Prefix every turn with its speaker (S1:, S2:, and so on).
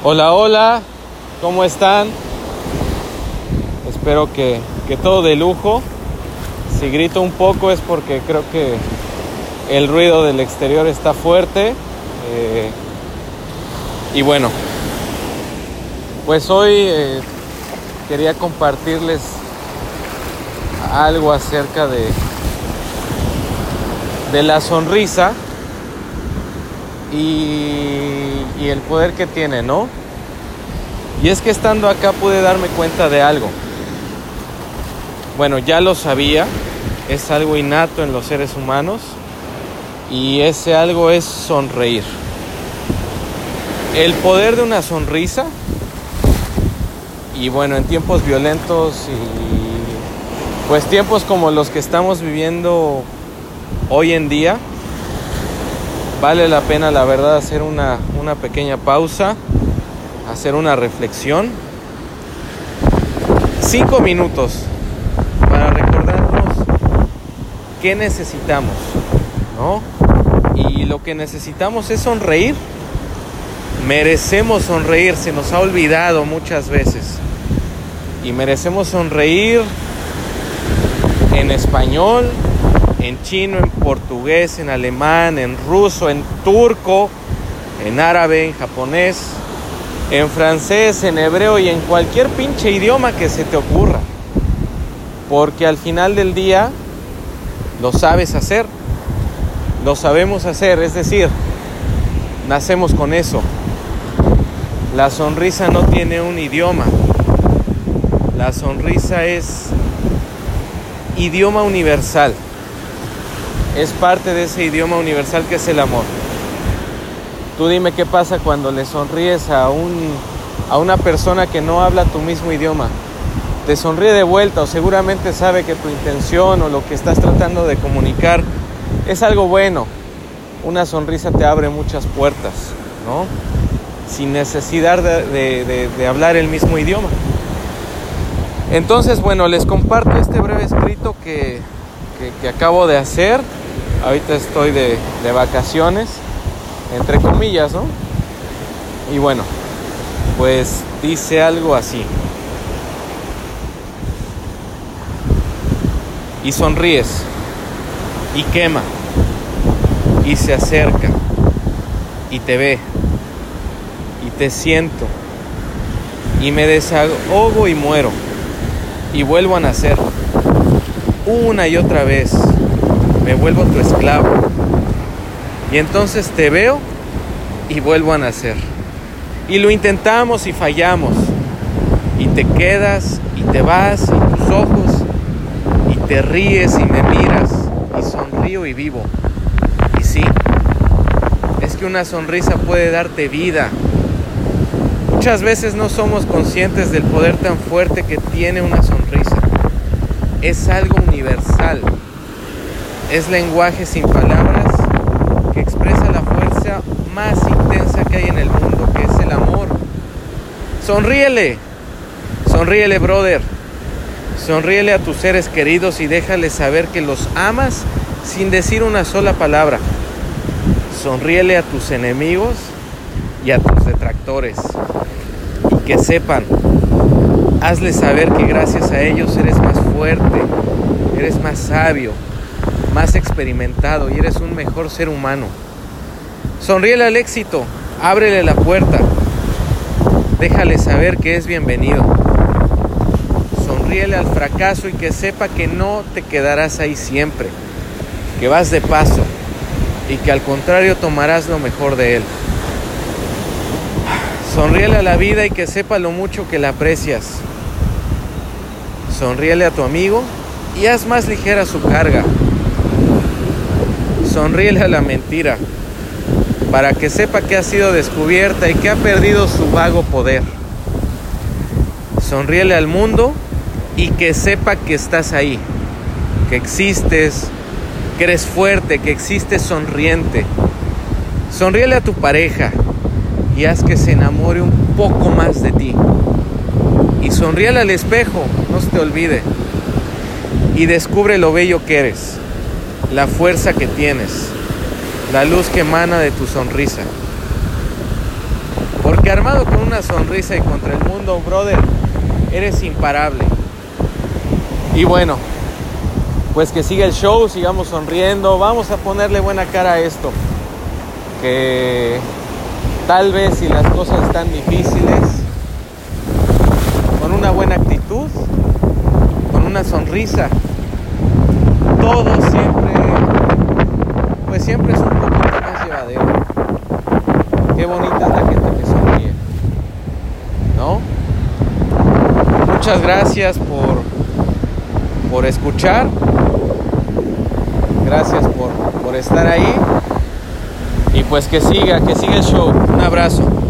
S1: Hola, hola, ¿cómo están? Espero que todo de lujo. Si grito un poco es porque creo que el ruido del exterior está fuerte. Y bueno, pues hoy quería compartirles algo acerca de la sonrisa y el poder que tiene, ¿no? Y es que estando acá pude darme cuenta de algo. Bueno, ya lo sabía, es algo innato en los seres humanos y ese algo es sonreír. El poder de una sonrisa, y bueno, en tiempos violentos y pues tiempos como los que estamos viviendo hoy en día, vale la pena, la verdad, hacer una pequeña pausa, hacer una reflexión. 5 minutos para recordarnos qué necesitamos, ¿no? Y lo que necesitamos es sonreír. Merecemos sonreír, se nos ha olvidado muchas veces. Y merecemos sonreír en español, en chino, en portugués, en alemán, en ruso, en turco, en árabe, en japonés, en francés, en hebreo y en cualquier pinche idioma que se te ocurra. Porque al final del día lo sabes hacer, lo sabemos hacer, es decir, nacemos con eso. La sonrisa no tiene un idioma. La sonrisa es idioma universal. Es parte de ese idioma universal que es el amor. Tú dime qué pasa cuando le sonríes a una persona que no habla tu mismo idioma. Te sonríe de vuelta o seguramente sabe que tu intención o lo que estás tratando de comunicar es algo bueno. Una sonrisa te abre muchas puertas, ¿no? Sin necesidad de hablar el mismo idioma. Entonces, bueno, les comparto este breve escrito que acabo de hacer. Ahorita estoy de vacaciones, entre comillas, ¿no? Y bueno, pues dice algo así. Y sonríes, y quema, y se acerca, y te ve, y te siento, y me desahogo y muero, y vuelvo a nacer, una y otra vez, me vuelvo tu esclavo, y entonces te veo, y vuelvo a nacer, y lo intentamos y fallamos, y te quedas, y te vas, y tus ojos, y te ríes y me miras, y sonrío y vivo, y sí, es que una sonrisa puede darte vida. Muchas veces no somos conscientes del poder tan fuerte que tiene una sonrisa. Es algo universal. Es lenguaje sin palabras que expresa la fuerza más intensa que hay en el mundo, que es el amor. Sonríele. Sonríele, brother. Sonríele a tus seres queridos y déjales saber que los amas sin decir una sola palabra. Sonríele a tus enemigos y a tus detractores. Y que sepan, hazles saber que gracias a ellos eres más fuerte, eres más sabio, más experimentado y eres un mejor ser humano. Sonríele al éxito, ábrele la puerta, déjale saber que es bienvenido. Sonríele al fracaso y que sepa que no te quedarás ahí siempre, que vas de paso y que al contrario tomarás lo mejor de él. Sonríele a la vida y que sepa lo mucho que la aprecias. Sonríele a tu amigo y haz más ligera su carga. Sonríele a la mentira para que sepa que ha sido descubierta y que ha perdido su vago poder. Sonríele al mundo y que sepa que estás ahí, que existes, que eres fuerte, que existes sonriente. Sonríele a tu pareja y haz que se enamore un poco más de ti. Y sonríele al espejo, no se te olvide. Y descubre lo bello que eres, la fuerza que tienes, la luz que emana de tu sonrisa. Porque armado con una sonrisa y contra el mundo, brother, eres imparable. Y bueno, pues que siga el show, sigamos sonriendo, vamos a ponerle buena cara a esto. Que tal vez si las cosas están difíciles, con una buena actitud, con una sonrisa, todo siempre es un poquito más llevadero. Qué bonita es la gente que sonríe, ¿no? Muchas gracias por escuchar. Gracias por estar ahí. Y pues que siga el show. Un abrazo.